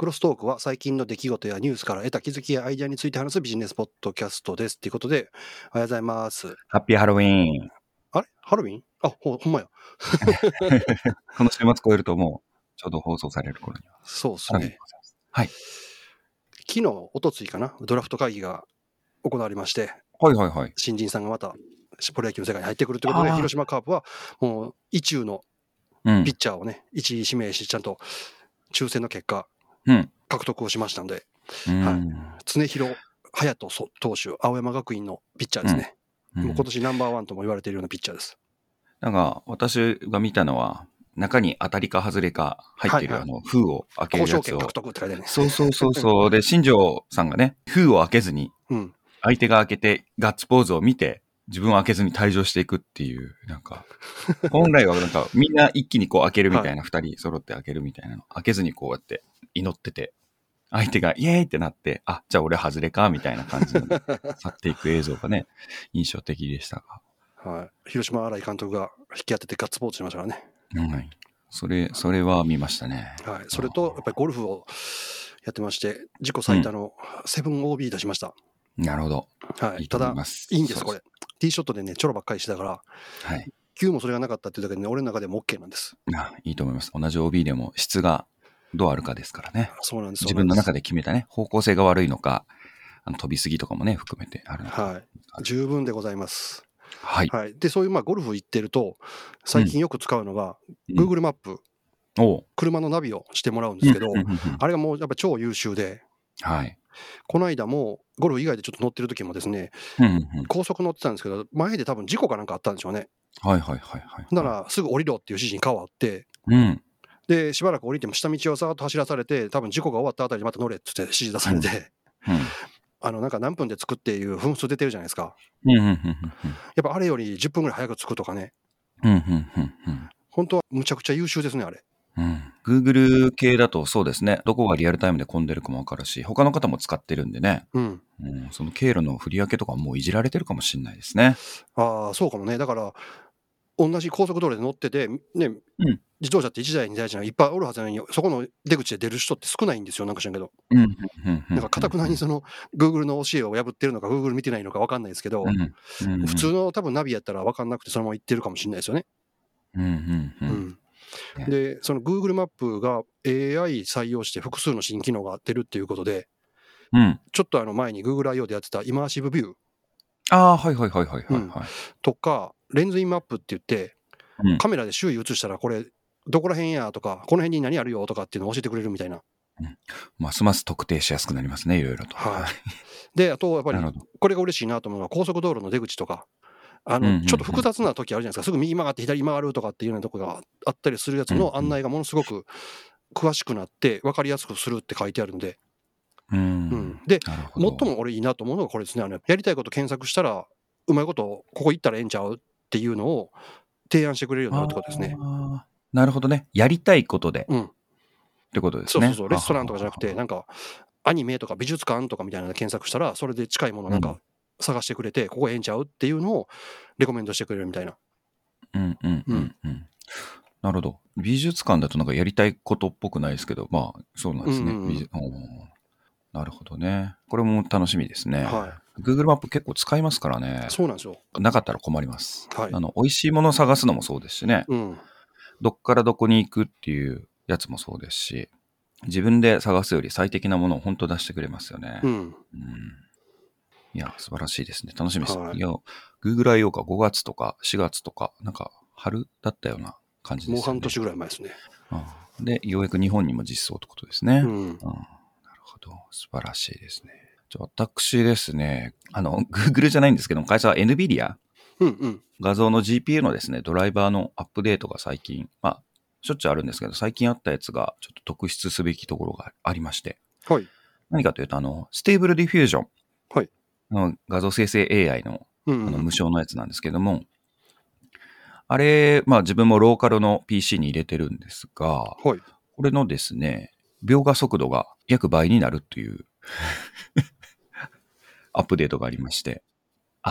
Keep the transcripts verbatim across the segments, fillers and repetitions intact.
クロストークは最近の出来事やニュースから得た気づきやアイデアについて話すビジネスポッドキャストです。ということで、おはようございます。 ハッピーハロウィーン。 あれハロウィンあ、ほ、ほんまや。 この週末超えるともう、ちょうど放送される頃には。 そうですね。 はい。 昨日、おとついかな、ドラフト会議が行われまして、 はいはいはい。 新人さんがまたプロ野球の世界に入ってくるということで、広島カープはもう意中のピッチャーをね、いちい指名し、ちゃんと抽選の結果、 うん、 獲得をしましたので、 うんはい、常広隼人投手、青山学院のピッチャーですね。うん、もう今年ナンバーワンとも言われているようなピッチャーです。 なんか、私が見たのは、中に当たりか外れか入ってる、はいはい、あの、封を開けるやつを。 交渉権獲得って書いてあるね。 そうそうそうそう。で、新庄さんがね、封を開けずに、相手が開けてガッツポーズを見て、自分を開けずに退場していくっていう、なんか、本来はなんかみんな一気にこう開けるみたいな、二、はい、人揃って開けるみたいなの。開けずにこうやって祈ってて、相手がイエーイってなって、あ、じゃあ俺外れかみたいな感じで去っていく映像がね、印象的でしたが。はい。広島新井監督が引き当ててガッツポーズしましたからね。 はい。それ、それは見ましたね。 はい。それと、やっぱりゴルフをやってまして、自己最多のセブンオービー出しました。 うん、なるほど。 はい。 いいただ、いいんです、これ。ティーショットでね、ちょろばっかりしてたから、 はい。 きゅうもそれがなかったっていうだけでね、俺の中でも OK なんです。 あ、いいと思います。同じ オービー でも質がどうあるかですからね。 そうなんです。 自分の中で決めたね、方向性が悪いのか、あの飛びすぎとかもね、含めてあるのか。 はい。十分でございます。 はい。 はい。で、そういうまあゴルフ行ってると、最近よく使うのが、うん、Google マップ、 お車のナビをしてもらうんですけど、あれがもうやっぱ超優秀で、 はい。 この間も、ゴルフ以外でちょっと乗ってる時もですね、 うんうんうん、 高速乗ってたんですけど、前で多分事故かなんかあったんでしょうね。 はいはいはいはい。 だから、すぐ降りろっていう指示に変わって、 うん、 で、しばらく降りても下道をさーっと走らされて、多分事故が終わったあたりにまた乗れって言って指示出されて、うんうん、あの、なんか何分で着くっていう分数出てるじゃないですか。 うんうんうんうん、やっぱあれよりじゅっぷんぐらい早く着くとかね。 うんうんうんうん、 本当はむちゃくちゃ優秀ですね、あれ。 うん、Google 系だとそうですね、どこがリアルタイムで混んでるかもわかるし、他の方も使ってるんでね、うんうん、その経路の振り分けとかもういじられてるかもしれないですね。 ああ、そうかもね。だから、同じ高速道路で乗ってて、ね、うん、自動車っていちだいにだいじゃないいっぱいおるはずなのに、そこの出口で出る人って少ないんですよ、なんか知らんけど。 うんうんうん、 なんか、かたくなにその、Google の教えを破ってるのか、Google 見てないのか分かんないですけど、うんうんうん、普通の多分ナビやったら分かんなくて、そのまま行ってるかもしれないですよね。 うんうんうんうんで、その Google マップが エーアイ 採用して複数の新機能が出るっていうことで、うん、ちょっとあの前に Google アイオー でやってたイマーシブビュー。 ああ、はいはいはいはいはい、はいうん。 とか、レンズインマップって言って、うん、カメラで周囲映したらこれ、どこら辺やとか、この辺に何あるよとかっていうのを教えてくれるみたいな。 うん、ますます特定しやすくなりますね、いろいろと。 はい。で、あとやっぱり、これが嬉しいなと思うのは、高速道路の出口とか、あの、ちょっと複雑な時あるじゃないですか。すぐ右曲がって左曲がるとかっていうようなとこがあったりするやつの案内がものすごく詳しくなって分かりやすくするって書いてあるので。 うんうん、 で、最も俺いいなと思うのがこれですね。あのやりたいこと検索したら、うまいことここ行ったらええんちゃうっていうのを提案してくれるようになるってことですね。 なるほどね。やりたいことで。 うん。 ってことですね。 そうそうそう。レストランとかじゃなくて、なんか、アニメとか美術館とかみたいなので検索したら、それで近いものなんか探してくれて、うん、ここええんちゃうっていうのをレコメンドしてくれるみたいな。 うんうんうんうん。なるほど。美術館だとなんかやりたいことっぽくないですけど、まあ、そうなんですね。うんうん、なるほどね。これも楽しみですね。はい、Google マップ結構使いますからね。 そうなんですよ。 なかったら困ります。 はい、 あの、美味しいものを探すのもそうですしね。うん、どっからどこに行くっていうやつもそうですし、自分で探すより最適なものを本当出してくれますよね。うんうん、いや、素晴らしいですね。楽しみです。はい、いや、Google アイオー かごがつとかしがつとか、なんか春だったような感じですね。 もう半年ぐらい前ですね。 うん、で、ようやく日本にも実装ってことですね。うん、うん、なるほど。素晴らしいですね。じゃあ私ですね、あの、Google じゃないんですけども、会社は NVIDIA、うんうん、画像の ジーピーユー のですね、ドライバーのアップデートが最近、まあ、しょっちゅうあるんですけど、最近あったやつがちょっと特筆すべきところがありまして。はい。何かというと、あの、ステーブルディフュージョン。はい。の画像生成 エーアイ の、うんうん、あの無償のやつなんですけども、あれ、まあ自分もローカルの ピーシー に入れてるんですが、はい。これのですね、描画速度が約倍になるというアップデートがありまして。あ、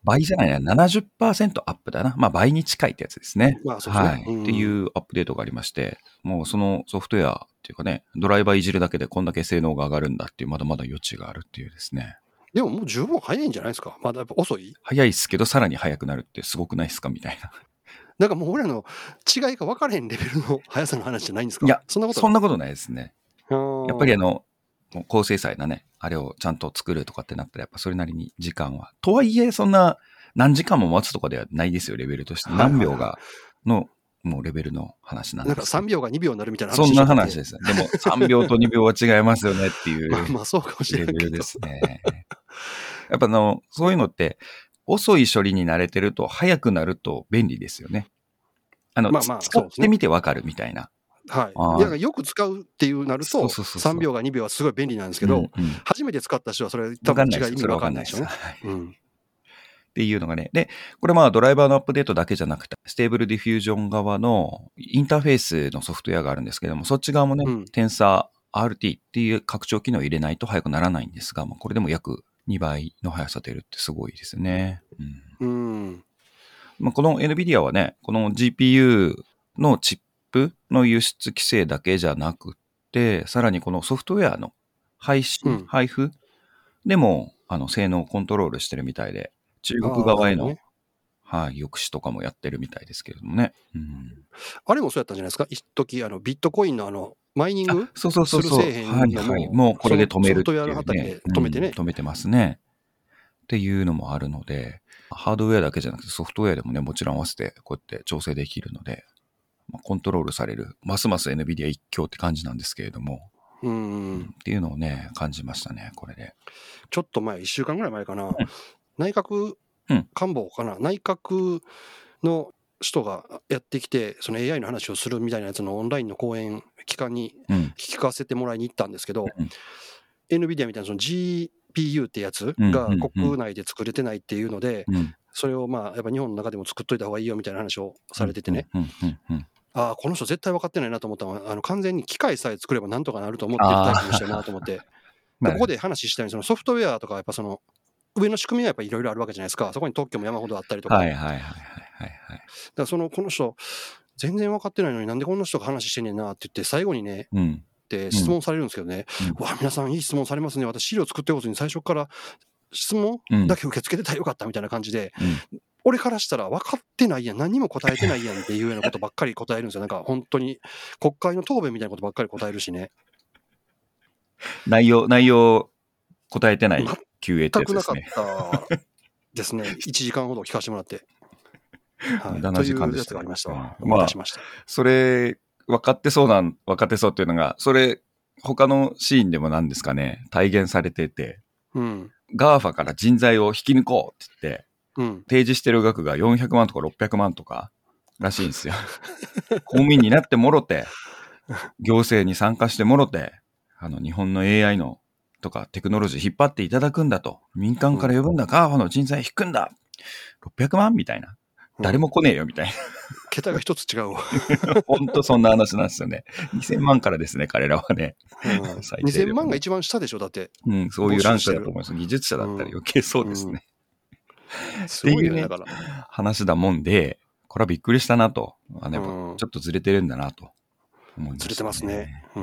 倍じゃないな、ななじゅっパーセント アップだな。まあ倍に近いってやつですね。 まあそうですね。 はい、うん。っていうアップデートがありまして、もうそのソフトウェアっていうかね、ドライバーいじるだけでこんだけ性能が上がるんだっていう、まだまだ余地があるっていうですね。 でももう十分早いんじゃないですか。まだやっぱ遅い？ 早いっすけど、さらに早くなるってすごくないっすかみたいな。 なんかもう俺らの違いが分からへんレベルの速さの話じゃないんですか？ いや、 そんなことそんなことないですね。やっぱりあの、高精細なね、あれをちゃんと作るとかってなったら、やっぱそれなりに時間は。とはいえ、そんな何時間も待つとかではないですよ、レベルとして。何秒がの、もうレベルの話なんです。 なんかさんびょうがにびょうになるみたいな話。そんな話です。でもさんびょうとにびょうは違いますよねっていうまあまあそうかもしれないレベルですね。やっぱあの、そういうのって、遅い処理に慣れてると、早くなると便利ですよね。あの、まあまあ使ってみてわかるみたいな。 はい。だからよく使うっていうなると、さんびょうがにびょうはすごい便利なんですけど、うんうん、初めて使った人はそれ多分違い意味わかんないですよね。うん、 っていうのがね。で、これまあドライバーのアップデートだけじゃなくて、ステーブルディフュージョン側のインターフェースのソフトウェアがあるんですけども、そっち側もね、うん、テンサー アールティー っていう拡張機能を入れないと速くならないんですが、まあ、これでも約にばいの速さ出るってすごいですね。うん。うんまあ、この NVIDIA はね、この ジーピーユー のチップの輸出規制だけじゃなくて、さらにこのソフトウェアの配信、うん、配布でもあの性能をコントロールしてるみたいで、中国側への、ねはい、抑止とかもやってるみたいですけれどもね。うん、 あれもそうやったんじゃないですか。一時あのビットコインのあのマイニングする製品のも、 はいはい、もうこれで止めるっていう、ね、 ソフトウェアのあたりで止めてね、 うん、止めてますね。っていうのもあるので、ハードウェアだけじゃなくてソフトウェアでもね、もちろん合わせてこうやって調整できるので、まあ、コントロールされる、ますます NVIDIA 一強って感じなんですけれども、うん、うん、っていうのをね、感じましたね、これで。 ちょっと前、いっしゅうかんぐらい前かな、うん、内閣官房かな、うん、内閣の人がやってきて、その エーアイ の話をするみたいなやつのオンラインの講演期間に聞かせてもらいに行ったんですけど、うん、NVIDIA みたいなその Gピーユー ってやつが国内で作れてないっていうので、うんうんうん、それをまあやっぱ日本の中でも作っといた方がいいよみたいな話をされててね、うんうんうんうん、ああこの人絶対分かってないなと思ったのは、あの完全に機械さえ作ればなんとかなると思ってるタイプの人やなと思ってここで話したようにそのソフトウェアとかやっぱその上の仕組みがやっぱいろいろあるわけじゃないですか。そこに特許も山ほどあったりとか、 はいはいはいはいはい、だからそのこの人全然分かってないのになんでこんな人が話してんねんなって言って最後にね、うんって質問されるんですけどね、うん、わ皆さんいい質問されますね、私資料作ってことに最初から質問だけ受け付けてたらよかったみたいな感じで、うん、俺からしたら分かってないやん、何にも答えてないやんっていうようなことばっかり答えるんですよ。なんか本当に国会の答弁みたいなことばっかり答えるしね。 内容内容答えてない キューエー ってやつですね。 全くなかったですね。いちじかんほど聞かせてもらって、 はい、無駄な時間でした、ね、 というやつがありましたわ。 うん、まあ、それ分かってそうなん分かってそうっていうのがそれ他のシーンでもなんですかね体現されてて、うん、ガーファ から人材を引き抜こうって言って、うん、提示してる額がよんひゃくまんとかろっぴゃくまんとからしいんですよ。公務員になってもろて行政に参加してもろてあの日本の エーアイ のとかテクノロジー引っ張っていただくんだと、民間から呼ぶんだ、うん、ガーファ の人材引くんだろっぴゃくまんみたいな、誰も来ねえよみたいな、うん、 桁が一つ違うわ。 本当そんな話なんですよね。にせんまんからですね、彼らはね。 うん、にせんまんが一番下でしょ、だって。 うん、そういうランクだと思います。技術者だったら余計そうですね。 うんうん、すごいね、 っていうね、 だから話だもんで、これはびっくりしたなと。あのやっぱちょっとずれてるんだなと思いましたね。 ずれてますね。うん。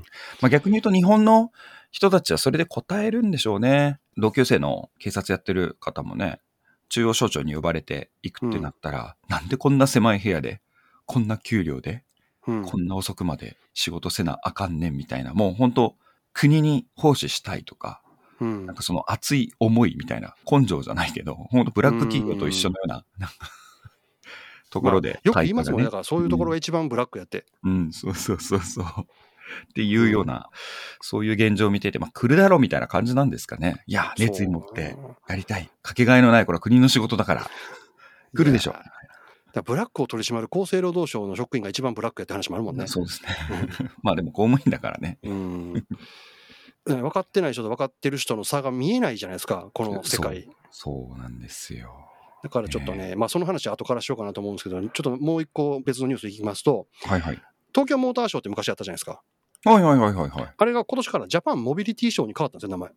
まあ、逆に言うと日本の人たちはそれで答えるんでしょうね。同級生の警察やってる方もね、中央省庁に呼ばれていくってなったら、うん、なんでこんな狭い部屋で、こんな給料で、うん、こんな遅くまで仕事せなあかんねんみたいな、もう本当国に奉仕したいとか、うん、なんかその熱い思いみたいな、根性じゃないけど、本当ブラック企業と一緒のような、なんかところで、 まあ、よく言いますもんね。だからそういうところが一番ブラックやって。 うん、うん、そうそうそうそう。っていうような、うん、そういう現状を見ていて、まあ、来るだろうみたいな感じなんですかね。いや、熱意持ってやりたい。かけがえのない、これは国の仕事だから、来るでしょう。 だブラックを取り締まる厚生労働省の職員が一番ブラックやって話もあるもんね。 そうですね。まあでも公務員だからね。 うん分かってない人と分かってる人の差が見えないじゃないですか、この世界。 そう、そうなんですよ。 だからちょっとね、えー、まあその話は後からしようかなと思うんですけど、ちょっともう一個別のニュースいきますと、 はいはい、 東京モーターショーって昔あったじゃないですか。 はいはいはいはいはい。 あれが今年からジャパンモビリティショーに変わったんですよ、名前。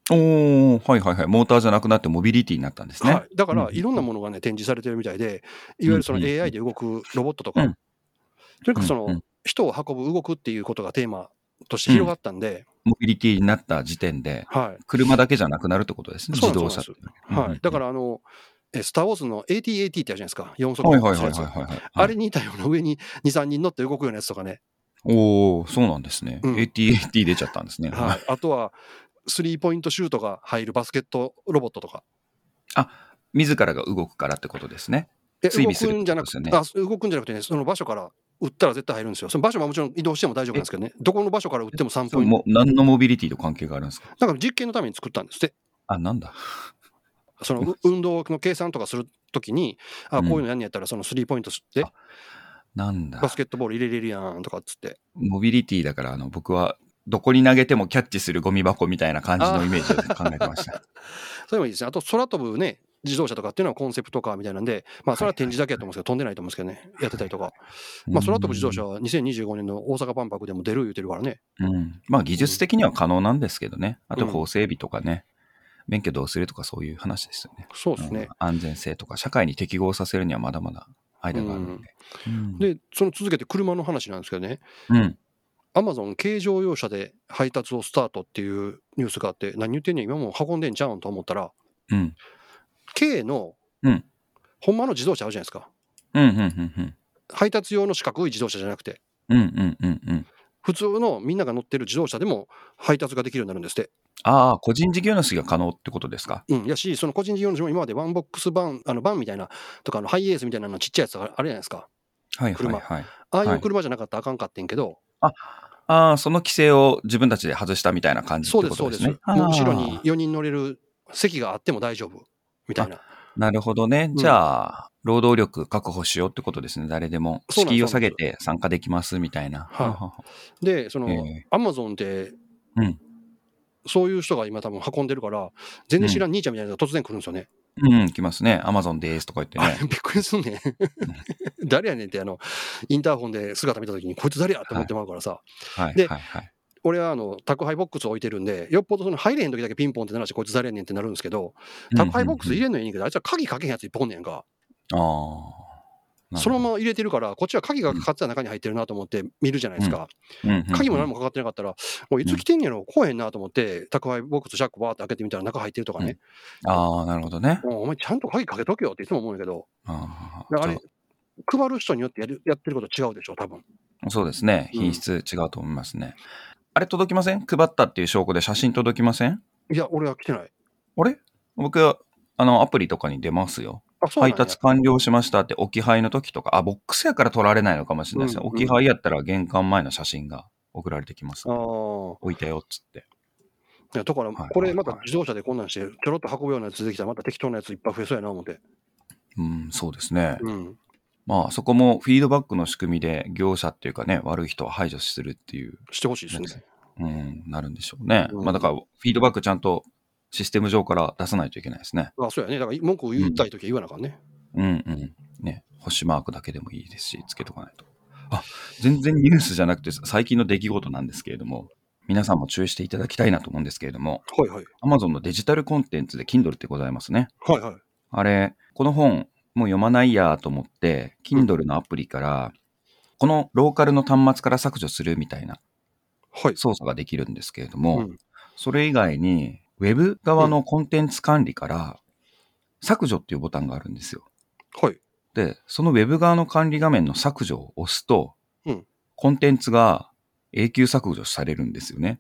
おー、はいはいはい。モーターじゃなくなってモビリティになったんですね。 はい。だから、いろんなものがね、展示されてるみたいで、いわゆるその エーアイ で動くロボットとか、 うん。 とにかくその、 うんうん人を運ぶ、動くっていうことがテーマとして広がったんで、 モビリティになった時点で、 はい。 車だけじゃなくなるってことですね、 そう自なんです、そう動車って。 なんです。はい。だからあの、えスター・ウォーズの エーティーエーティー ってあるじゃないですか。よん速はいはい発するやつ。 はいはいはい、はい。 あれに似たような上にに、さんにん乗って動くようなやつとかね。 おお、そうなんですね。 うん。 エーティーエーティー 出ちゃったんですね。 はい。あとは、スリーポイントシュートが入るバスケットロボットとか。 あ、自らが動くからってことですね。 え、動追尾するってくんじゃなくて、 ことですよね。 あ、動くんじゃなくてね、その場所から撃ったら絶対入るんですよ。その場所はもちろん移動しても大丈夫なんですけどね。どこの場所から撃ってもさんポイント。 もう何のモビリティと関係があるんですか？ だから実験のために作ったんですって。 あ、なんだ。 その運動の計算とかするときに、あ、こういうのやんやったら、そのスリーポイントで、 なんだ。 バスケットボール入れれるやんとかっつって。 モビリティだから、あの、僕は、どこに投げてもキャッチするゴミ箱みたいな感じのイメージで考えてました。 それもいいですね。あと、空飛ぶね、自動車とかっていうのはコンセプトカーみたいなんで、まあ、それは展示だけやと思うんですけど、飛んでないと思うんですけどね、やってたりとか。まあ、空飛ぶ自動車はにせんにじゅうごねんの大阪万博でも出る言うてるからね。 うん。まあ、技術的には可能なんですけどね。あと、 うん法整備とかね。免許どうするとかそういう話ですよね。 そうですね。 うん安全性とか、社会に適合させるにはまだまだ間があるので。うんで、その続けて車の話なんですけどね、 うん。 アマゾン軽乗用車で配達をスタートっていうニュースがあって、何言ってんねん、今もう運んでんちゃうんと思ったら、 うん。 軽のうん。 ほんまの自動車あるじゃないですか。 うん。うん。うん。 配達用の四角い自動車じゃなくて、 うん。うん。うん。うん。 普通のみんなが乗ってる自動車でも配達ができるようになるんですって。 ああ、個人事業主が可能ってことですか。 うん、やし、その個人事業主も今までワンボックスバン、あのバンみたいな、とかあのハイエースみたいなのちっちゃいやつがあるじゃないですか。 はいはい車。 はい。 ああいはいう車じゃなかったらあかんかってんけど、 ああー、その規制を自分たちで外したみたいな感じってそうです、そうです。 ことですね。 もう後ろにああよにん乗れる席があっても大丈夫みたいな。 なるほどね。 うんじゃあ、労働力確保しようってことですね。誰でも。 そうなんです敷居を下げて参加できますみたいな。 はいはははで、その、 ええアマゾンって、 うん。 そういう人が今多分運んでるから、全然知らうん兄ちゃんみたいなのが突然来るんですよね。 うん、来ますね。アマゾンですとか言ってあれね。 びっくりすんねん。誰やねんってあの、インターホンで姿見たときに、こいつ誰やって思ってまうからさ。 はいではいはい。 俺はあの宅配ボックス置いてるんで、よっぽどその入れへん時だけピンポンって鳴らして、こいつ誰やねんってなるんですけど、宅配ボックス入れんのいいねんけど、あいつは鍵かけへんやついっぱいおんねやんか。 ああ。なるほどそのまま入れてるから、こっちは鍵がかかってた中に入ってるなと思って見るじゃないですか。 うんうんうん鍵も何もかかってなかったら、もういつ来てんやろ、来へんなと思って、宅配ボックスシャックバーって開けてみたら中入ってるとかね。 ああ、なるほどね。 もうお前ちゃんと鍵かけとけよっていつも思うんやけど、 あだからあれじ配る人によってやるやってること違うでしょ、多分。 ゃあそうですね。 うん品質違うと思いますね。あれ届きません？配ったっていう証拠で写真届きません？ いや、俺は来てない。 あれ僕は、あの、アプリとかに出ますよ。 あ、そうなんや。 配達完了しましたって置き配の時とか、あ、ボックスやから撮られないのかもしれないですね。 うんうん置き配やったら玄関前の写真が送られてきます、 あね。 あ。 置いたよっつって。 いやだから、 はいはいこれまた自動車でこんなんして、ちょろっと運ぶようなやつ出てきたら、また適当なやついっぱい増えそうやな思って。 うん、そうですね。 うん。 まあ、そこもフィードバックの仕組みで業者っていうかね、悪い人を排除するっていう、 してほしいですね。 うん、なるんでしょうね。 うんまあ、だから、フィードバックちゃんとシステム上から出さないといけないですね。 あ、そうやね。だから文句を言いたいときは言わなあかんね。 うんうん。ね、星マークだけでもいいですし、つけとかないと。あ、全然ニュースじゃなくて最近の出来事なんですけれども、皆さんも注意していただきたいなと思うんですけれども、 はいはい。 Amazon のデジタルコンテンツで Kindle ってございますね。 はいはい。 あれ、この本もう読まないやと思って、Kindle のアプリから、このローカルの端末から削除するみたいなはい。 操作ができるんですけれども、 うんそれ以外に、ウェブ側のコンテンツ管理から削除っていうボタンがあるんですよ。 はい。 で、そのウェブ側の管理画面の削除を押すと、 うんコンテンツが永久削除されるんですよね。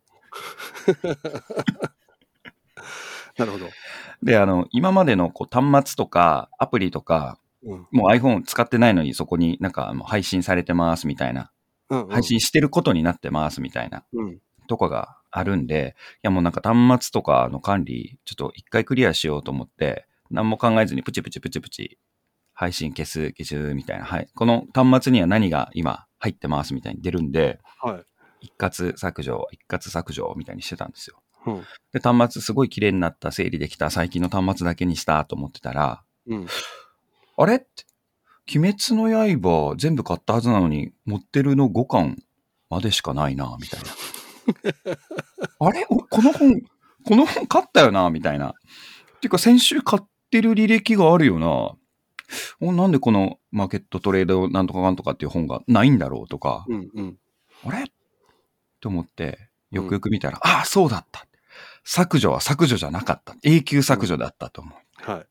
なるほど。 で、あの、今までのこう端末とかアプリとか、 うんもう iPhone 使ってないのにそこになんかもう配信されてますみたいな、 うんうん配信してることになってますみたいなうん。 とかがあるんで、いやもうなんか端末とかの管理、ちょっと一回クリアしようと思って、何も考えずにプチプチプチプチ配信消す、消すみたいな、はい。この端末には何が今入ってますみたいに出るんで、 はい。 一括削除、一括削除みたいにしてたんですよ。 うんで、端末すごい綺麗になった、整理できた、最近の端末だけにしたと思ってたら、 うん。 あれって、鬼滅の刃全部買ったはずなのに、持ってるのごかんまでしかないな、みたいな。あれおこの本この本買ったよなみたいな。っていうか先週買ってる履歴があるよな。なんでこのマーケットトレードなんとかなんとかっていう本がないんだろうとか。 うんうん、 あれと思ってよくよく見たら、うん、ああそうだった。削除は削除じゃなかった。永久削除だったと思う。 うん、はい。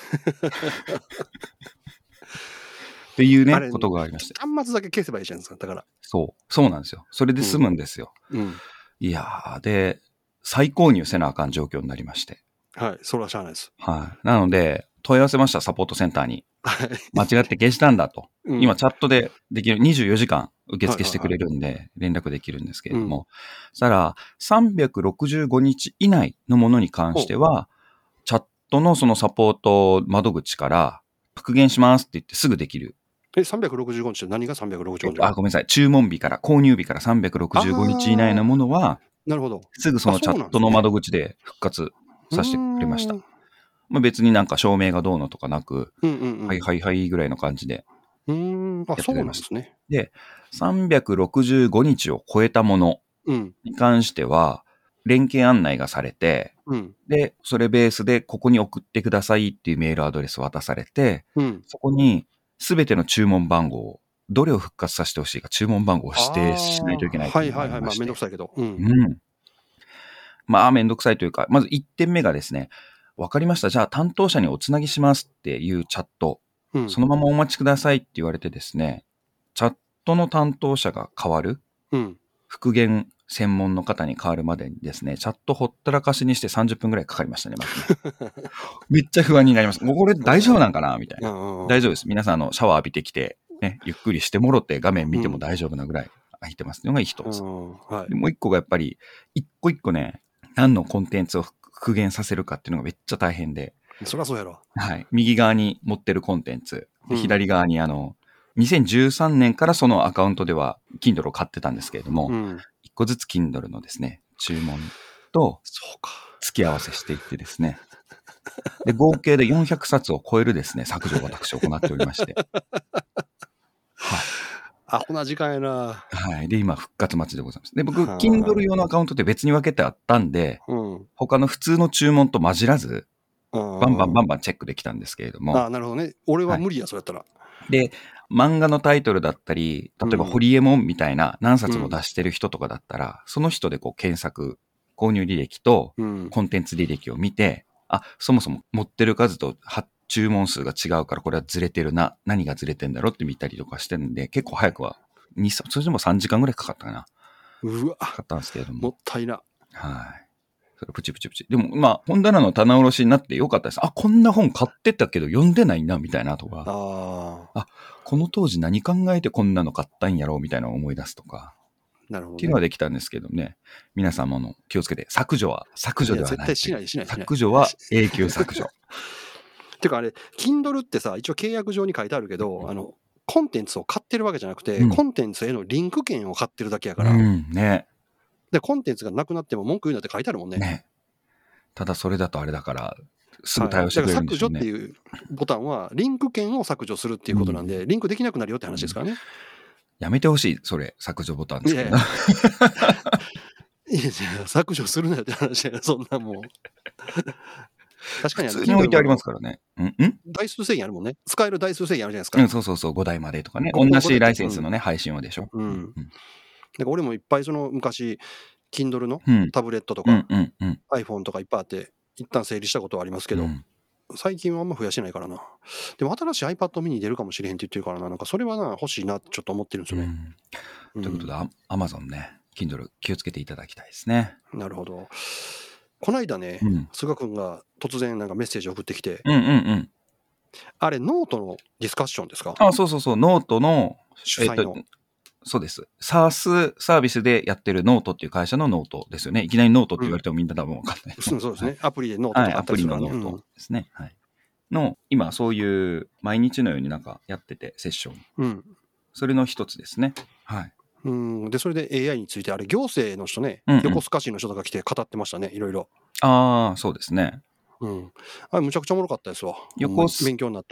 っていうね、ことがありまして。 端末だけ消せばいいじゃないですか、だから。 そう。そうなんですよ。それで済むんですよ。 うんうん、 いやー、で、再購入せなあかん状況になりまして。 はい。それはしゃあないです。 はい。なので、問い合わせました、サポートセンターに。間違って消したんだと。うん、今、チャットでできる、にじゅうよじかん受付してくれるんで、連絡できるんですけれども、はいはいはい、そしたら、さんびゃくろくじゅうごにち以内のものに関しては、チャットのそのサポート窓口から復元しますって言ってすぐできる。 え、さんびゃくろくじゅうごにちって何がさんびゃくろくじゅうごにち？ あ、ごめんなさい。注文日から、購入日からさんびゃくろくじゅうごにち以内のものは、 なるほど。 すぐそのチャットの窓口で復活させてくれました。まあ、別になんか証明がどうのとかなく、 うんうんうん、 はいはいはいぐらいの感じでうーん、あ、そうなんですね。 で、さんびゃくろくじゅうごにちを超えたものに関しては、連携案内がされて、うん、で、それベースでここに送ってくださいっていうメールアドレスを渡されて、うん、そこに全ての注文番号を、どれを復活させてほしいか注文番号を指定しないといけないというのがありまして。はいはいはい。まあめんどくさいけど。うん。うん、まあめんどくさいというか、まずいってんめがですね、わかりました。じゃあ担当者におつなぎしますっていうチャット。うん、そのままお待ちくださいって言われてですね、チャットの担当者が変わる、うん、復元専門の方に変わるまでにですね、チャットほったらかしにしてさんじゅっぷんぐらいかかりましたね、まずね。めっちゃ不安になりました。もうこれ大丈夫なんかなみたいな。大丈夫です。皆さんあのシャワー浴びてきて、ね、ゆっくりしてもろって画面見ても大丈夫なぐらい空いてますのが一つ。はい、でもう一個がやっぱり、一個一個ね、何のコンテンツを復元させるかっていうのがめっちゃ大変で。 そりゃそうやろ。 はい。右側に持ってるコンテンツ。で左側にあの、にせんじゅうさんねんからそのアカウントでは Kindle を買ってたんですけれども、うん、いっこずつ Kindle のですね、注文と付き合わせしていってですね。で、合計でよんひゃくさつを超えるですね、削除を私行っておりまして。 はい。アホな時間やな。 はい。で、今、復活待ちでございます。で、僕、Kindle 用のアカウントって別に分けてあったんで、うん、他の普通の注文と混じらず、バンバンバンバンチェックできたんですけれども。 ああ、なるほどね。俺は無理や、はい、それやったら。 で、漫画のタイトルだったり、例えばホリエモンみたいな何冊も出してる人とかだったら、うん、その人でこう検索、購入履歴とコンテンツ履歴を見て、うん、あ、そもそも持ってる数と注文数が違うからこれはずれてるな、何がずれてんだろうって見たりとかしてるんで、結構早くは、にそれでもさんじかんぐらいかかったかな。 うわ。 かかったんですけれども。 もったいな。 はい。それプチプチプチ。でもまあ本棚の棚卸しになってよかったです。あ、こんな本買ってたけど読んでないなみたいなとか。ああ。この当時何考えてこんなの買ったんやろうみたいなのを思い出すとか。 なるほど、ね。 っていうのはできたんですけどね。皆さんもの気をつけて。削除は、削除ではない。 いや絶対しないしないしない。 削除は永久削除。 てかあれ、Kindle ってさ、一応契約上に書いてあるけど、あの、コンテンツを買ってるわけじゃなくて、うん、コンテンツへのリンク券を買ってるだけやから。 うんね。 で、コンテンツがなくなっても文句言うなって書いてあるもんね。 ね。ただそれだとあれだから、すぐ対応してくれるんでしょうね。 はい、だから削除っていうボタンは、リンク券を削除するっていうことなんで、うん、リンクできなくなるよって話ですからね。 やめてほしい、それ、削除ボタンですけど。いやいやいや、削除するなよって話や、そんなもん。確かに普通に置いてありますからね。 うんん台数制限あるもんね。使える台数制限あるじゃないですか。 うん、そうそうそう、ごだいまでとかね。同じライセンスのね、うん、配信はでしょ。 うん。うん、だから俺もいっぱいその昔、Kindle のタブレットとか、 うんうんうん、 iPhone とかいっぱいあって、一旦整理したことはありますけど、うん、最近はあんま増やしてないからな。でも新しい iPad mini 出るかもしれへんって言ってるからな。なんかそれはな、欲しいなってちょっと思ってるんですよね。 うん、ということで、うん、Amazon ね、Kindle 気をつけていただきたいですね。 なるほど。この間ね、菅君が突然なんかメッセージを送ってきて、 うんうんうん、 あれノートのディスカッションですか？ あ、そうそうそう、ノートの主催の、 えっと、そうです。SaaS サービスでやってるノートっていう会社のノートですよね。いきなりノートって言われてもみんな多分分かんない。 うん、そうですね。アプリでノートとかあったりするからね。 はい、アプリのノートですね。うん、はい。の、今そういう毎日のようになんかやってて、セッション。うん。それの一つですね。はい。 うん。で、それで エーアイ について、あれ、行政の人ね、うんうん、横須賀市の人とか来て語ってましたね、いろいろ。 ああ、そうですね。 うん。あれ、むちゃくちゃおもろかったですわ。 横須勉強になった。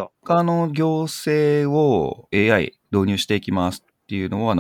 他の行政を エーアイ 導入していきますっていうのを、あの、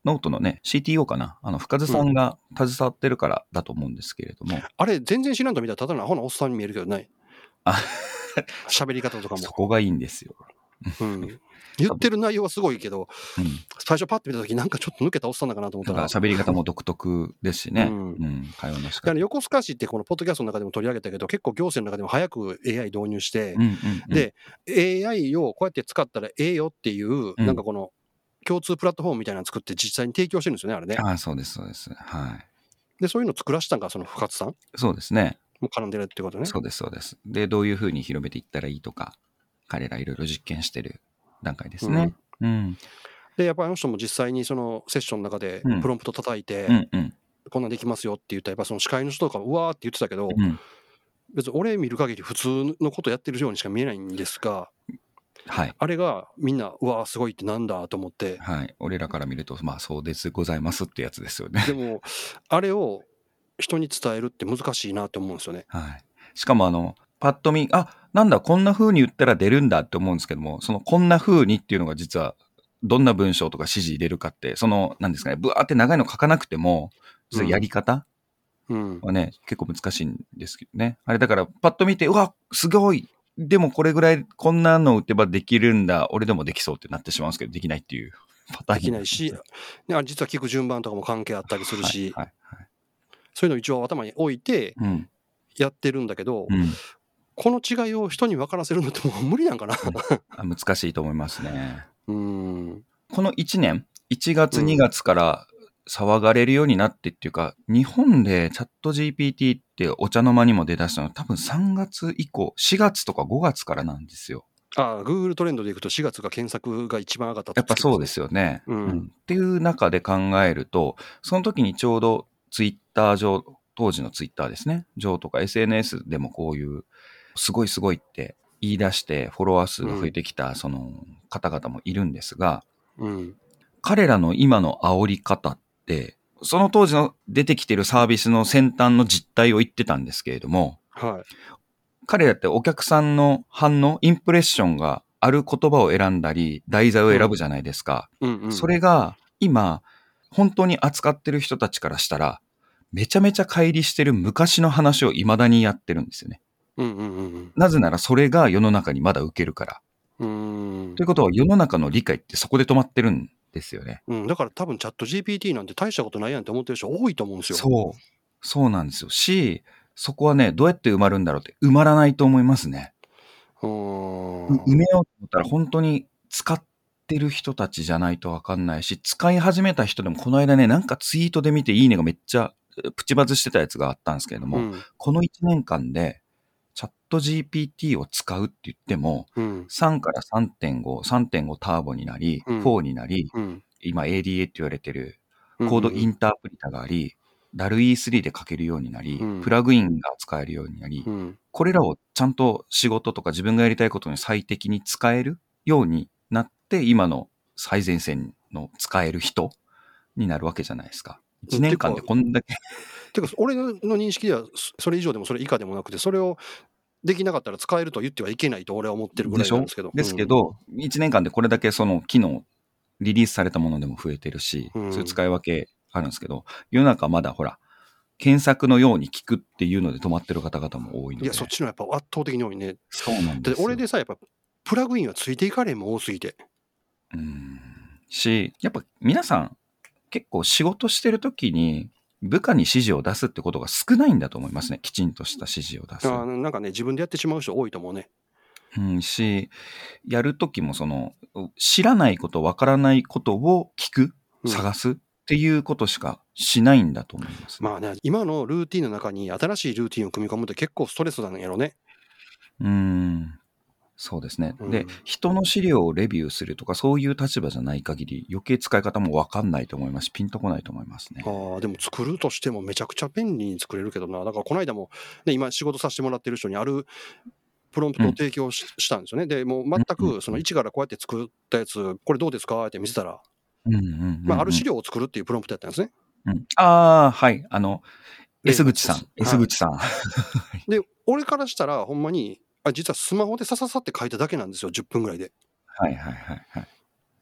ノートのね、シーティーオー かな、あの深津さんが携わってるからだと思うんですけれども。うん、 あれ、全然知らんと見たら、ただのアホなおっさんに見えるけどない。あ喋り方とかも。 そこがいいんですよ。 うん、言ってる内容はすごいけど、うん、最初パッと見たとき、なんかちょっと抜けたおっさんだかなと思ったら。 なんか喋り方も独特ですしね。うん。うん、会話の仕方。 横須賀市ってこのポッドキャストの中でも取り上げたけど、結構行政の中でも早く エーアイ 導入して、うんうんうん、で、エーアイ をこうやって使ったらええよっていう、うん、なんかこの共通プラットフォームみたいなの作って実際に提供してるんですよね、あれね。 ああ、そうです、そうです。はい。 で、そういうのを作らせたんが、その深津さん。 そうですね。 も絡んでるってことね。 そうです、そうです。で、どういうふうに広めていったらいいとか、彼らいろいろ実験してる段階ですね。うん。うん、 で、やっぱりあの人も実際にそのセッションの中でプロンプト叩いて、 うんうん、 こんなんできますよって言ったら、やっぱその司会の人とかうわーって言ってたけど、うん、別に俺見る限り普通のことやってるようにしか見えないんですが、はい、あれがみんなうわーすごいってなんだと思って、 はい、俺らから見るとまあそうですございますってやつですよね。 でもあれを人に伝えるって難しいなと思うんですよね。 はい、しかもあのパッと見、あ、なんだこんな風に言ったら出るんだって思うんですけども、そのこんな風にっていうのが実はどんな文章とか指示入れるかって、そのなんですかね、ブワーって長いの書かなくても、実はやり方、うん、はね、結構難しいんですけどね。あれだからパッと見て、うわすごい、でもこれぐらいこんなの打てばできるんだ、俺でもできそうってなってしまうんですけど、できないっていうパターンできないし、ね、実は聞く順番とかも関係あったりするし、 はいはいはい、 そういうのを一応頭に置いてやってるんだけど、うん、この違いを人に分からせるのってもう無理なんかな、 うん、難しいと思いますね。うん、このいちねん、いちがつにがつから騒がれるようになってっていうか、日本でチャット ジーピーティー ってお茶の間にも出だしたのは多分さんがつ以降、しがつとかごがつからなんですよ。 ああ、Google トレンドでいくとしがつが検索が一番上がったって、 ね、やっぱそうですよね、うんうん。っていう中で考えると、その時にちょうどツイッター上、当時のツイッターですね、上とか エスエヌエス でもこういうすごいすごいって言い出してフォロワー数が増えてきたその方々もいるんですが、うん、彼らの今の煽り方って、その当時の出てきてるサービスの先端の実態を言ってたんですけれども、はい、彼らってお客さんの反応、インプレッションがある言葉を選んだり、題材を選ぶじゃないですか。うんうんうん、それが今、本当に扱ってる人たちからしたら、めちゃめちゃ乖離してる昔の話を未だにやってるんですよね。うんうんうん、なぜならそれが世の中にまだ受けるから。うーんということは世の中の理解ってそこで止まってるんですよね。 うん、だから多分チャット ジーピーティー なんて大したことないやんって思ってる人多いと思うんですよ。 そう。そうなんですよ。し、そこはね、どうやって埋まるんだろうって、埋まらないと思いますね。う埋めようと思ったら本当に使ってる人たちじゃないとわかんないし、使い始めた人でもこの間ね、なんかツイートで見ていいねがめっちゃプチバズしてたやつがあったんですけれども、うん、このいちねんかんでチャット ジーピーティー を使うって言っても、うん、さんから さんてんご、さんてんご ターボになり、うん、フォーになり、うん、今 エーディーエー って言われてるコードインタープリタがあり、うんうんうん、ダル イースリー で書けるようになり、うん、プラグインが使えるようになり、うん、これらをちゃんと仕事とか自分がやりたいことに最適に使えるようになって、今の最前線の使える人になるわけじゃないですか。いちねんかんでこんだけ。 てか、俺の認識ではそれ以上でもそれ以下でもなくて、それをできなかったら使えると言ってはいけないと俺は思ってるぐらいなんですけど。 ですけど、うん、いちねんかんでこれだけその機能、リリースされたものでも増えてるし、うん、そういう使い分けあるんですけど、世の中まだほら、検索のように聞くっていうので止まってる方々も多いので。 いや、そっちのやっぱ圧倒的に多いね。 そうなんですよ。 俺でさ、やっぱプラグインはついていかれんも多すぎて。 うん。し、やっぱ皆さん結構仕事してる時に部下に指示を出すってことが少ないんだと思いますね。きちんとした指示を出す。 あ、なんかね、自分でやってしまう人多いと思うね。 うん、し、やる時もその、知らないこと、わからないことを聞く、探すっていうことしかしないんだと思います、 ね。まあね、今のルーティンの中に新しいルーティンを組み込むって結構ストレスなんやろね。 うん。そうですね。うん、で、人の資料をレビューするとか、そういう立場じゃない限り、余計使い方もわかんないと思いますし、ピンとこないと思いますね。 ああ、でも作るとしてもめちゃくちゃ便利に作れるけどな。だからこの間も、ね、今仕事させてもらってる人にあるプロンプトを提供 し,、うん、したんですよね。で、もう全くその一からこうやって作ったやつ、これどうですかって見せたら、まあ、ある資料を作るっていうプロンプトやったんですね。 うん、ああ、はい。あの、S 口さん。S 口さん。 で、俺からしたらほんまに、あ、実はスマホでさささって書いただけなんですよ、じゅっぷんぐらいで。 はいはいはいはい。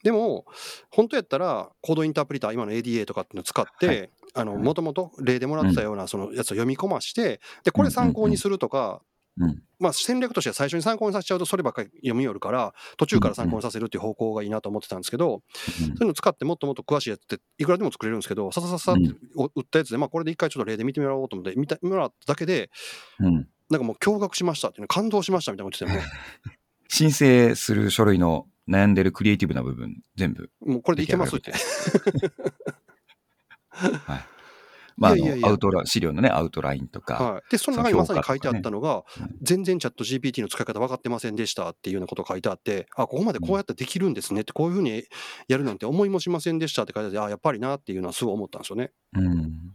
でも、本当やったら、コードインタープリター、今の エーディーエー とかっていうのを使って、はい、もともと例でもらってたようなそのやつを読み込まして、で、これ参考にするとか、うんうんうん、まあ戦略としては最初に参考にさせちゃうとそればっかり読み寄るから、途中から参考にさせるっていう方向がいいなと思ってたんですけど、うんうん、そういうのを使ってもっともっと詳しいやつっていくらでも作れるんですけど、ささささって打ったやつで、まあこれで一回ちょっと例で見てもらおうと思って、見てもらっただけで、うん、なんかもう驚愕しましたっていうの、感動しましたみたいなこと言ってたよね。 申請する書類の悩んでるクリエイティブな部分全部もうこれでいけますってはい、まあ、あのいやいやいやアウトラ資料のねアウトラインとか、 はい、でその中にまさに書いてあったのが、ね、全然チャット ジーピーティー の使い方分かってませんでしたっていうようなことが書いてあって、あここまでこうやってできるんですねって、こういうふうにやるなんて思いもしませんでしたって書いてあって、あやっぱりなっていうのはすごい思ったんですよね。 うん、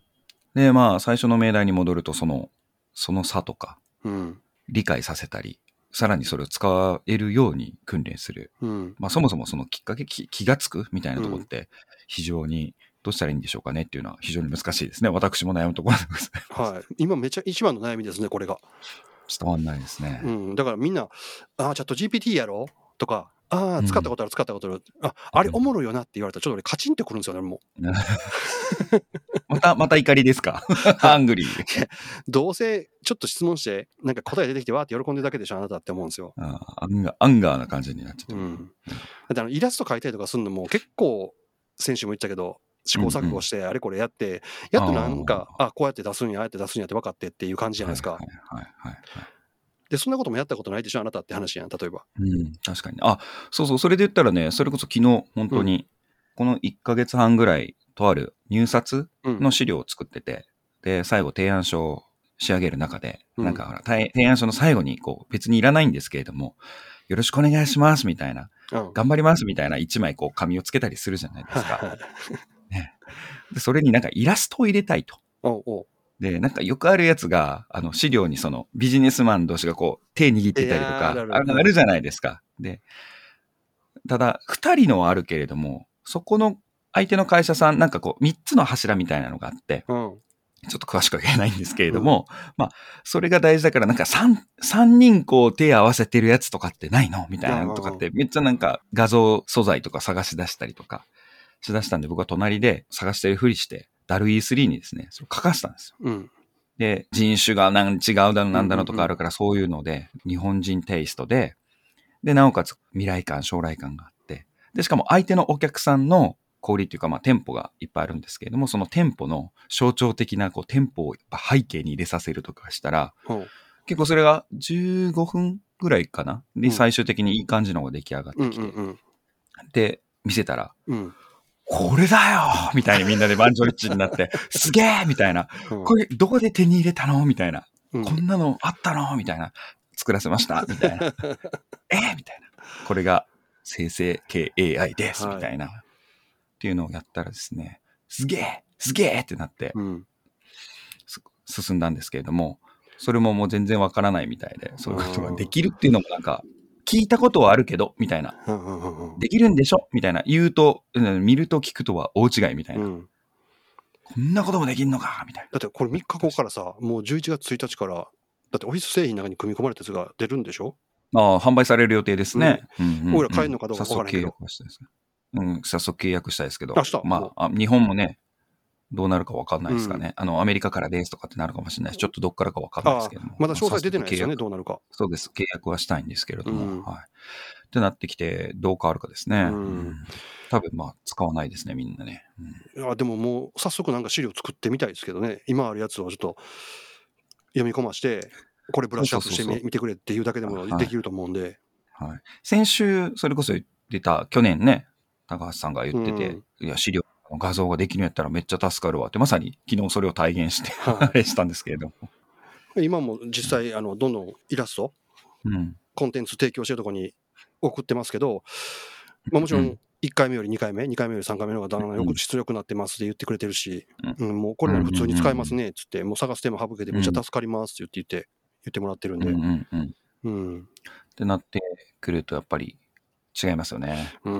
でまあ最初の命題に戻るとそのその差とか、うん、理解させたりさらにそれを使えるように訓練する、うんまあ、そもそもそのきっかけ 気, 気がつくみたいなところって非常にどうしたらいいんでしょうかねっていうのは非常に難しいですね。私も悩むところでございます。 はい、今めちゃ一番の悩みですねこれが。 伝わんないですね。 うん、だからみんなあチャット ジーピーティー やろとかああ使ったことある使ったことある、うん、ああれおもろいよなって言われたらちょっと俺カチンってくるんですよねもう。 またまた怒りですかハングリー。 どうせちょっと質問してなんか答え出てきてわーって喜んでるだけでしょあなたって思うんですよ。 あアンガーアンガーな感じになっちゃった、うん、 だってあのイラスト描いたりとかするのも結構先週も言ったけど試行錯誤してあれこれやって、うんうん、やっとなんか あ, あこうやって出すんやああやって出すんやって分かってっていう感じじゃないですか。はいはいはいはい、でそんなこともやったことないでしょあなたって話やん例えば。 うん、確かに。あそうそうそれで言ったらねそれこそ昨日本当にこのいっかげつはんぐらいとある入札の資料を作ってて、うん、で最後提案書を仕上げる中で、うん、なんかほら提案書の最後にこう別にいらないんですけれどもよろしくお願いしますみたいな、うん、頑張りますみたいな一枚こう紙をつけたりするじゃないですか、ね、でそれになんかイラストを入れたいと。おうおうでなんかよくあるやつがあの資料にそのビジネスマン同士がこう手握ってたりとか、えー、あ, あるじゃないですか。でただふたりのはあるけれどもそこの相手の会社さんなんかこうみっつの柱みたいなのがあって、うん、ちょっと詳しくは言えないんですけれども、うん、まあそれが大事だからなんか 3, 3人こう手合わせてるやつとかってないのみたいなのとかってめっちゃなんか画像素材とか探し出したりとかしだしたんで僕は隣で探してるふりしてダル イースリー にですねそれを書かせたんですよ、うん、で人種がなん違うだのなんだのとかあるからそういうので日本人テイストででなおかつ未来感将来感があってでしかも相手のお客さんの小売りっていうか、まあ、店舗がいっぱいあるんですけれども、その店舗の象徴的なこう店舗を背景に入れさせるとかしたら、うん、結構それがじゅうごふんぐらいかなで、最終的にいい感じのが出来上がってきて、うんうんうん、で、見せたら、うん、これだよみたいにみんなで満場一致になって、すげえみたいな、うん、これどこで手に入れたのみたいな、うん、こんなのあったのみたいな、作らせましたみたいな。えー、みたいな。これが生成系 エーアイ です、はい、みたいな。っていうのをやったらですね、すげえすげえってなって、うん、進んだんですけれども、それももう全然わからないみたいで、そういうことができるっていうのもなんか、聞いたことはあるけど、みたいな。できるんでしょみたいな。言うと、見ると聞くとは大違いみたいな。うん、こんなこともできんのかみたいな。 だってこれみっかごからさ、もうじゅういちがつついたちから、だってオフィス製品の中に組み込まれたやつが出るんでしょ。 ああ、販売される予定ですね。 俺ら買えるのかどうか分からないけど。 うん、早速契約したいですけど、まあ、日本もね、どうなるか分かんないですかね、うん。あの、アメリカからですとかってなるかもしれないし、ちょっとどっからか分かんないですけども。 まだ詳細出てないですよね、どうなるか。 そうです。契約はしたいんですけれども。うん、はい。ってなってきて、どう変わるかですね。うん、多分まあ、使わないですね、みんなね。 うん、いや、でももう、早速なんか資料作ってみたいですけどね。今あるやつをちょっと読み込まして、これブラッシュアップしてみてくれっていうだけでもできると思うんで。 はい。はい、先週、それこそ出た、去年ね、高橋さんが言ってて、うん、いや資料の画像ができるんやったらめっちゃ助かるわってまさに昨日それを体現してあれしたんですけれども、 今も実際あのどんどんイラスト、うん、コンテンツ提供してるところに送ってますけど、まあ、もちろんいっかいめよりにかいめにかいめよりさんかいめの方がだんだんよく出力になってますって言ってくれてるし、うんうん、もうこれなら普通に使えますねっつってもう探す手も省けてめっちゃ助かりますって言って言って言ってもらってるんで、うんうんうんうん、ってなってくるとやっぱり違いますよね、うん、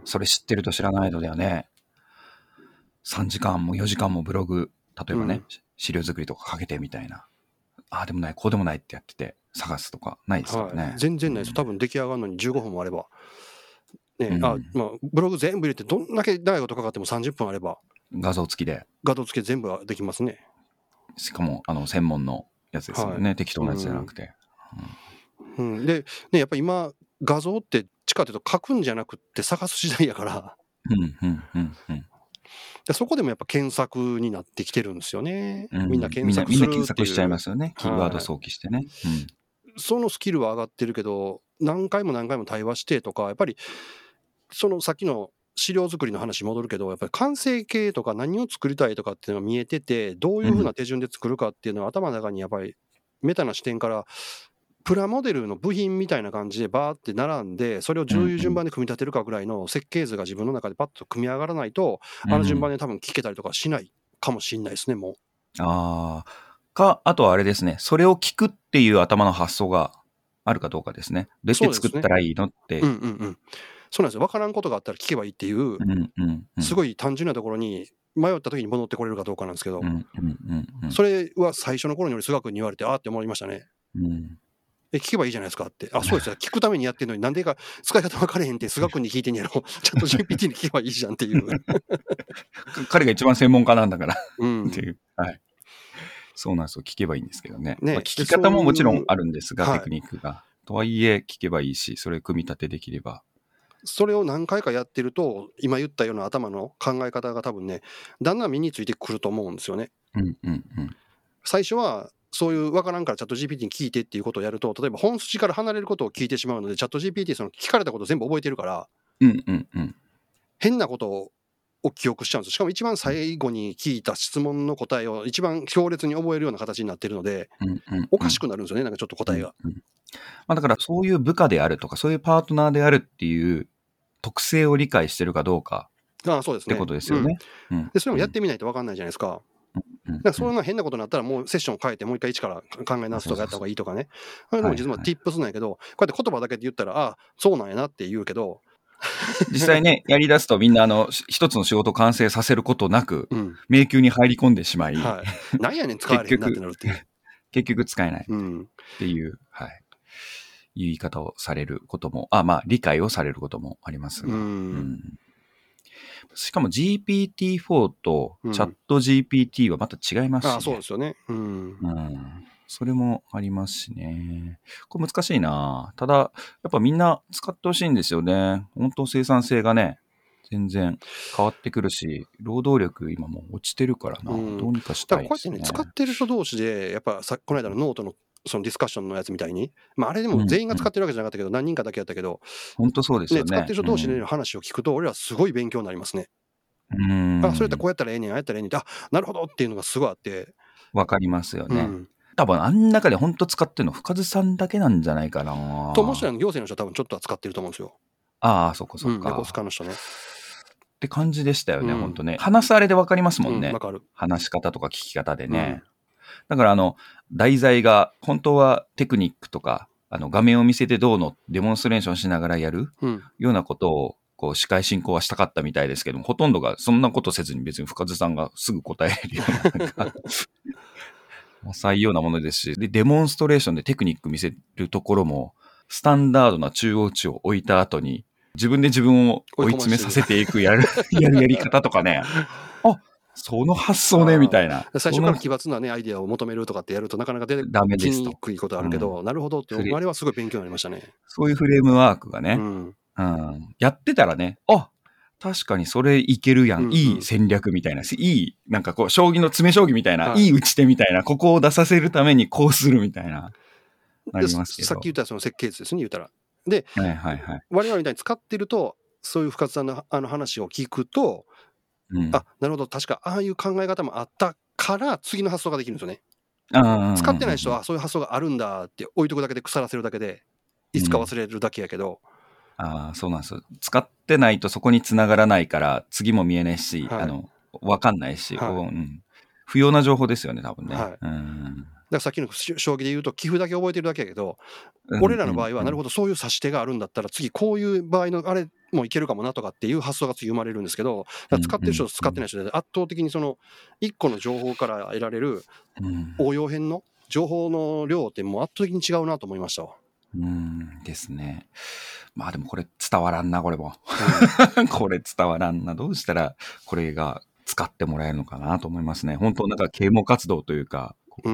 それ知ってると知らないのではねさんじかんもよじかんもブログ例えばね、うん、資料作りとかかけてみたいなああでもないこうでもないってやってて探すとかないですからね、 はい、全然ないです。多分出来上がるのにじゅうごふんもあれば、 ね、 うんあまあ、ブログ全部入れてどんだけ長いことかかってもさんじゅっぷんあれば画像付きで。 画像付きで全部できますね。 しかも、あの、専門のやつですもんね。 はい適当なやつじゃなくて。 うん、で、ね、やっぱ今画像って地下というと書くんじゃなくって探す時代やからうんうんうんうんでそこでもやっぱ検索になってきてるんですよね。 うんみんな検索みんなするっていう。 検索しちゃいますよね。キーワードはい想起してね。うんそのスキルは上がってるけど、何回も何回も対話してとか、やっぱり、そのさっきの資料作りの話戻るけど、やっぱり完成形とか何を作りたいとかっていうのが見えてて、どういうふうな手順で作るかっていうのは頭の中にやっぱりメタな視点から、プラモデルの部品みたいな感じでバーって並んで、それをどういう順番で組み立てるかぐらいの設計図が自分の中でパッと組み上がらないと、あの順番で多分聞けたりとかしないかもしれないですね、もう。 ああ。か、あとはあれですね。それを聞くっていう頭の発想があるかどうかですね。どうやって作ったらいいのって。 うんうんうん。そうなんですよ。分からんことがあったら聞けばいいっていう、 うんうんうん、 すごい単純なところに迷った時に戻ってこれるかどうかなんですけど、 うんうんうんうん、 それは最初の頃に俺、菅君に言われて、あーって思いましたね。 うんえ、聞けばいいじゃないですかって。あ、そうですよ。聞くためにやってるのに、なんでか使い方分かれへんって、菅君に聞いてんやろ。チャット ジーピーティー に聞けばいいじゃんっていう。 彼が一番専門家なんだから、 うん、 っていう。はい。そうなんですよ。聞けばいいんですけどね。 ね、 まあ、聞き方ももちろんあるんですが、 はい、 テクニックが。とはいえ、聞けばいいし、それ組み立てできれば。 それを何回かやってると、今言ったような頭の考え方が多分ね、だんだん身についてくると思うんですよね。 うんうんうん、 最初はそういう分からんからチャット ジーピーティー に聞いてっていうことをやると、例えば本筋から離れることを聞いてしまうので、チャット ジーピーティー その聞かれたことを全部覚えてるから、 うんうんうん、 変なことを記憶しちゃうんですよ。しかも一番最後に聞いた質問の答えを一番強烈に覚えるような形になってるので、 うんうんうん、 おかしくなるんですよね、なんかちょっと答えが。 うんうん、まあ、だからそういう部下であるとか、そういうパートナーであるっていう特性を理解してるかどうかってことですよね。 うん、でそれもやってみないと分かんないじゃないですか。だからそういうのが変なことになったら、もうセッションを変えて、もう一回一から考え直すとかやった方がいいとかね。それでも実は Tips なんやけど、こうやって言葉だけで言ったら、ああ、そうなんやなって言うけど、 実際ね、やり出すとみんなあの一つの仕事を完成させることなく、うん、迷宮に入り込んでしまい、 はい、なんやねん使われへんなってなるっていう。 結局使えないっていう、うん、はい、言い方をされることも、あ、まあ理解をされることもありますが。うんうんしかも ジーピーティーフォー とチャット ジーピーティー はまた違いますしね。 うん、あそうですよね。うん。 うん。それもありますしね。これ難しいな。ただ、やっぱみんな使ってほしいんですよね。本当生産性がね、全然変わってくるし、労働力今もう落ちてるからな。うん、どうにかしたいですね。 だからこうやってね、使ってる人同士で、やっぱさこの間のノートのそのディスカッションのやつみたいに、まあ、あれでも全員が使ってるわけじゃなかったけど、うん、何人かだけやったけど、 本当そうですよね。 ね使ってる人同士での話を聞くと、俺はすごい勉強になりますね。 うんあ、それやったらこうやったらええねん、ああやったらええねんって、あ、なるほどっていうのがすごいあって。 わかりますよね。うん、多分あん中で本当使ってるの深津さんだけなんじゃないかな。 ともし行政の人は多分ちょっとは使ってると思うんですよ。 ああ、そっかそっか。 横須賀の人ね。 って感じでしたよね、うん、本当ね。話すあれでわかりますもんね。 うん、わかる。 話し方とか聞き方でね。うん、だからあの、題材が本当はテクニックとか、あの画面を見せてどうのデモンストレーションしながらやるようなことを、こう司会進行はしたかったみたいですけども、ほとんどがそんなことせずに別に深津さんがすぐ答えれるような、なんか浅いようなものですし、で、デモンストレーションでテクニック見せるところも、スタンダードな中央値を置いた後に、自分で自分を追い詰めさせていくやる、やるやり方とかね。あ、その発想ね、みたいな。 最初から奇抜なね、アイディアを求めるとかってやるとなかなか出てきにくいことあるけど、うん、なるほどって、あれはすごい勉強になりましたね。 そういうフレームワークがね、うんうん、やってたらね、あ、確かにそれいけるやん、うんうん、いい戦略みたいな、いい、なんかこう、将棋の詰め将棋みたいな、はい、いい打ち手みたいな、ここを出させるためにこうするみたいな、なりますけど。 さっき言ったその設計図ですね、言ったら。で、 はいはいはい、 我々みたいに使ってると、そういう深津さんのあの話を聞くと、うん、あ、なるほど、確かああいう考え方もあったから、次の発想ができるんですよね。使ってない人はそういう発想があるんだって置いとくだけで腐らせるだけで、いつか忘れるだけやけど、 うん、ああ、そうなんですよ。使ってないとそこに繋がらないから、次も見えないし、はい、あの、わかんないし、はい、うん、不要な情報ですよね、多分ね。はい、うん、だからさっきの将棋で言うと、棋譜だけ覚えてるだけやけど、うん、俺らの場合は、なるほど、そういう指し手があるんだったら、次こういう場合のあれもいけるかもなとかっていう発想が次生まれるんですけど、使ってる人と使ってない人で圧倒的にそのいっこの情報から得られる応用編の情報の量ってもう圧倒的に違うなと思いましたわ。 うんですね。まあでもこれ伝わらんな、これも。これ伝わらんな。どうしたらこれが使ってもらえるのかなと思いますね。本当なんか啓蒙活動というか。 うん、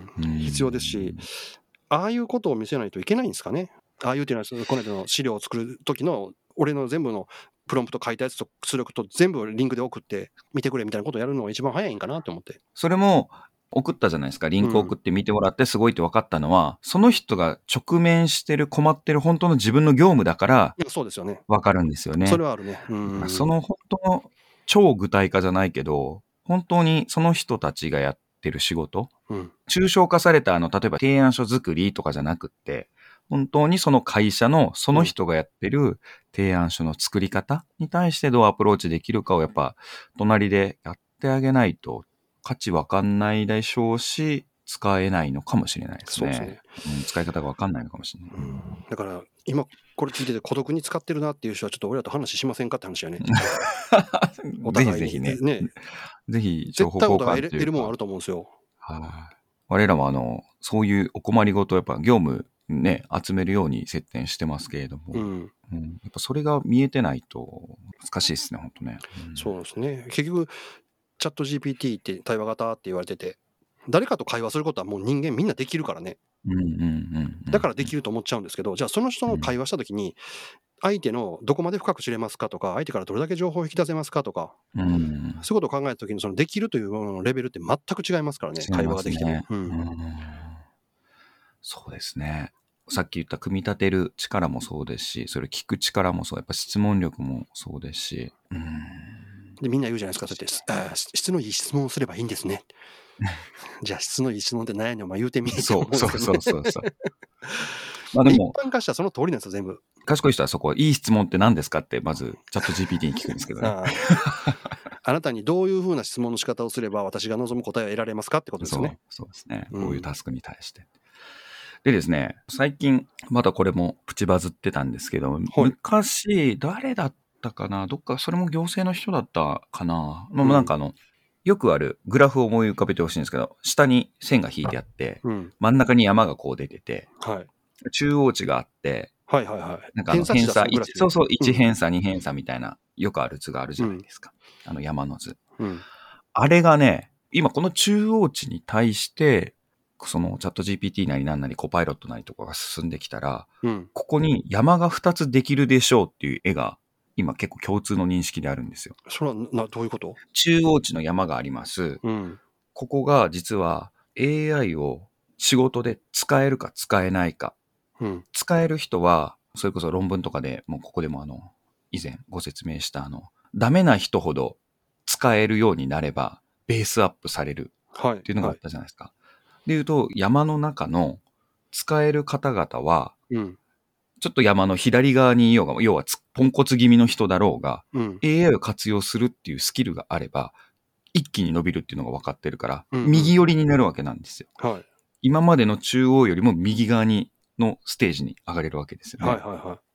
必要ですし、ああいうことを見せないといけないんですかね。ああいうっていうのは、この間の資料を作る時の、俺の全部のプロンプト書いたやつと出力と全部リンクで送って見てくれみたいなことをやるのが一番早いんかなと思って。 それも送ったじゃないですか。リンク送って見てもらってすごいって分かったのは、うん、その人が直面してる困ってる本当の自分の業務だから、 そうですよね。 分かるんですよね。 それはあるね。うん、 その本当の超具体化じゃないけど、本当にその人たちがやってる仕事、うん、抽象化されたあの、例えば提案書作りとかじゃなくって、本当にその会社のその人がやってる提案書の作り方に対してどうアプローチできるかをやっぱ隣でやってあげないと価値わかんないでしょうし、使えないのかもしれないですね。そうですね。うん、使い方がわかんないのかもしれない。うん、 だから今これ聞いてて孤独に使ってるなっていう人はちょっと俺らと話しませんかって話やね。 お互いにぜひぜひね。ねぜひ情報交換というか。絶対お互い得るもんあると思うんですよ。 はい、あ。我らもあのそういうお困りごとやっぱ業務ね集めるように設定してますけれども、うんうん、やっぱそれが見えてないと難しいですね本当ね。 うん、そうですね。結局チャット ジーピーティー って対話型って言われてて、誰かと会話することはもう人間みんなできるからね。だからできると思っちゃうんですけど、じゃあその人の会話したときに、相手のどこまで深く知れますかとか、相手からどれだけ情報を引き出せますかとか、うん、そういうことを考えたときに、そのできるというもののレベルって全く違いますからね、ね会話ができても、うんうん。 そうですね。さっき言った組み立てる力もそうですし、それ聞く力もそう、やっぱ質問力もそうですし。うんでみんな言うじゃないですか、そうやって、あ質のいい質問をすればいいんですね。じゃあ質のいい質問って何やねんお前言うてみてと思うんですけど、ね、そうそうそうそう。まあでも一般化したらその通りなんですよ全部。 賢い人はそこいい質問って何ですかってまずチャット ジーピーティー に聞くんですけどね。あ, あなたにどういうふうな質問の仕方をすれば私が望む答えを得られますかってことですよね。 そう、そうですね。こういうタスクに対して。うん、でですね、最近まだこれもプチバズってたんですけど、はい、昔誰だったかな、どっかそれも行政の人だったかな、うん、なんかあのよくあるグラフを思い浮かべてほしいんですけど、下に線が引いてあって、うん、真ん中に山がこう出てて、はい、中央値があって、 はいはいはい、 なんかあの偏差いち、そうそう、いち偏差、に偏差みたいな、よくある図があるじゃないですか。うん、あの山の図、うん。あれがね、今この中央値に対して、そのチャット ジーピーティー なりなんなりコパイロットなりとかが進んできたら、うん、ここに山がふたつできるでしょうっていう絵が、今結構共通の認識であるんですよ。 それはなどういうこと？ 中央値の山があります。うん、ここが実は エーアイ を仕事で使えるか使えないか。うん、使える人は、それこそ論文とかでもうここでもあの、以前ご説明したあの、ダメな人ほど使えるようになればベースアップされるっていうのがあったじゃないですか。はいはい、でいうと山の中の使える方々は、うん、ちょっと山の左側にいようが、要はポンコツ気味の人だろうが、うん、エーアイ を活用するっていうスキルがあれば一気に伸びるっていうのが分かってるから、うんうん、右寄りになるわけなんですよ、はい、今までの中央よりも右側にのステージに上がれるわけですよね。はいはいはい、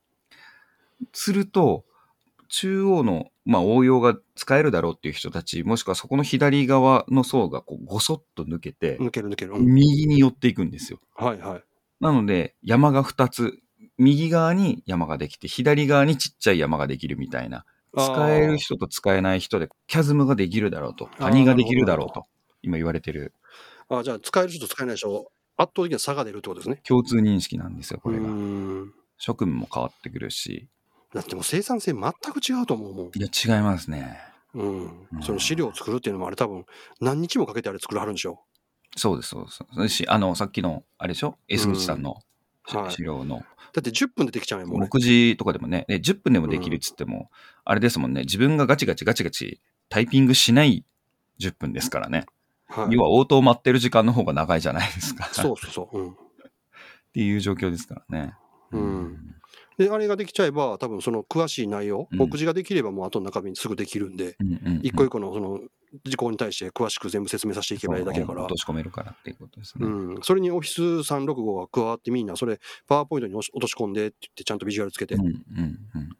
すると中央の、まあ、応用が使えるだろうっていう人たち、もしくはそこの左側の層がこうごそっと抜けて、 抜ける抜ける、うん、 右に寄っていくんですよ。 はいはい。 なので山がふたつ、右側に山ができて、左側にちっちゃい山ができるみたいな、使える人と使えない人でキャズムができるだろうと、谷ができるだろうと、今言われてる。 あ、じゃあ使える人と使えない人、圧倒的な差が出るってことですね。 共通認識なんですよ、これが。職務も変わってくるし。 だってもう生産性全く違うと思うもん。 いや、違いますね。 うん。うん、その資料を作るっていうのもあれ多分何日もかけてあれ作らはるんでしょ。 そうです、そうです。し、あの、さっきの、あれでしょ ?S 口さんの、うん、資料の、はい。 だってじゅっぷんでできちゃうよ、もう。 目次とかでもね、じゅっぷんでもできるっつっても、うん、あれですもんね、自分がガチガチガチガチタイピングしないじゅっぷんですからね。はい、要は応答待ってる時間の方が長いじゃないですか。 そうそうそう。うん、 っていう状況ですからね。 うん。うんであれができちゃえば多分その詳しい内容、目次ができればもう後の中身にすぐできるんで、うんうんうん、一個一個のその事項に対して詳しく全部説明させていけばいいだけだから、 落とし込めるからっていうことですね。 うん、それにオフィスさんろくごが加わってみんなそれパワーポイントに落とし込んでって言ってちゃんとビジュアルつけて、うんうんうんうん、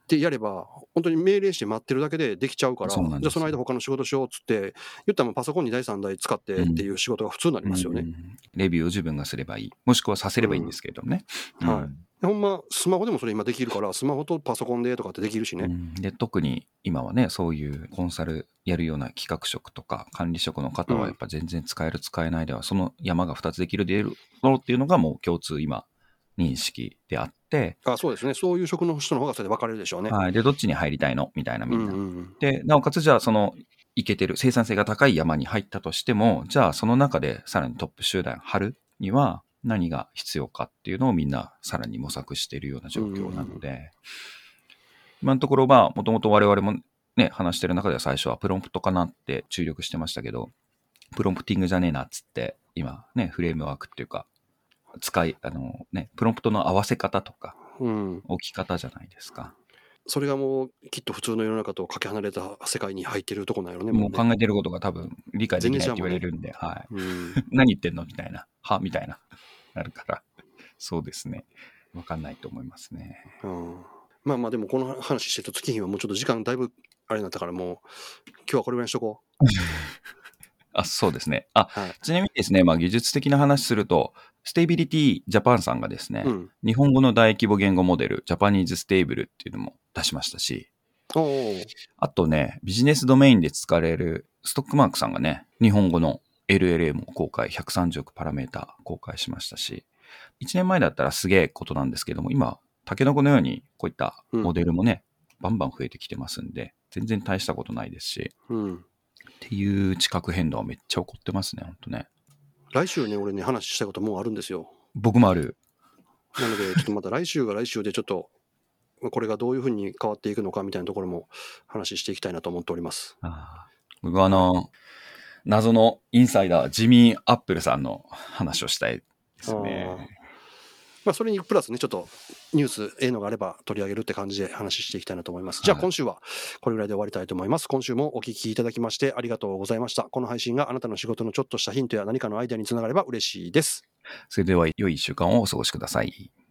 でやれば本当に命令して待ってるだけでできちゃうから、じゃあその間他の仕事しようっつって言ったらパソコンにだいさんだい使ってっていう仕事が普通になりますよね、うんうん、 レビューを自分がすればいい、もしくはさせればいいんですけどね、 うんうん、はい、ほんまスマホでもそれ今できるから、スマホとパソコンでとかってできるしね、うん、 で特に今はねそういうコンサルやるような企画職とか管理職の方はやっぱ全然使える使えないでは、その山がふたつできるでいるのっていうのがもう共通今認識であって、 あ、そうですね、そういう職の人の方がそれで分かれるでしょうね。 はい、でどっちに入りたいのみたいなみんな、うんうんうん、でなおかつじゃあそのいけてる生産性が高い山に入ったとしても、じゃあその中でさらにトップ集団張るには何が必要かっていうのをみんなさらに模索しているような状況なので、うんうん、今のところまあもともと我々もね話してる中では最初はプロンプトかなって注力してましたけど、プロンプティングじゃねえなっつって今ねフレームワークっていうか使いあのねプロンプトの合わせ方とか、うん、置き方じゃないですか。 それがもうきっと普通の世の中とかけ離れた世界に入ってるとこなんやろね。 もう考えてることが多分理解できないって言われるんで、ね、はい、うん、何言ってんのみたいな、はみたいななるから、そうですね、分かんないと思いますね。 うん、まあまあでもこの話してると月日はもうちょっと時間だいぶあれになったから、もう今日はこれぐらいにしとこう。 あ、そうですね。あ、はい、ちなみにですね、まあ技術的な話すると、ステービリティジャパンさんがですね、うん、日本語の大規模言語モデル、ジャパニーズステーブルっていうのも出しましたし、あとね、ビジネスドメインで使われるストックマークさんがね、日本語の エルエルエー も公開、ひゃくさんじゅうおくパラメータ公開しましたし、いちねんまえだったらすげえことなんですけども、今、タケノコのようにこういったモデルもね、うん、バンバン増えてきてますんで、全然大したことないですし、うん、っていう地殻変動はめっちゃ起こってますね、ほんとね。 来週ね、俺ね、話したいこともうあるんですよ。 僕もある。 なので、ちょっとまた来週が来週でちょっと、これがどういうふうに変わっていくのかみたいなところも話していきたいなと思っております。 あ、僕はあの、はい、謎のインサイダー、ジミー・アップルさんの話をしたいですね。 まあ、それにプラスね、ちょっとニュース、ええのがあれば取り上げるって感じで話していきたいなと思います。じゃあ今週はこれぐらいで終わりたいと思います。今週もお聞きいただきましてありがとうございました。この配信があなたの仕事のちょっとしたヒントや何かのアイデアにつながれば嬉しいです。 それでは良いいっしゅうかんをお過ごしください。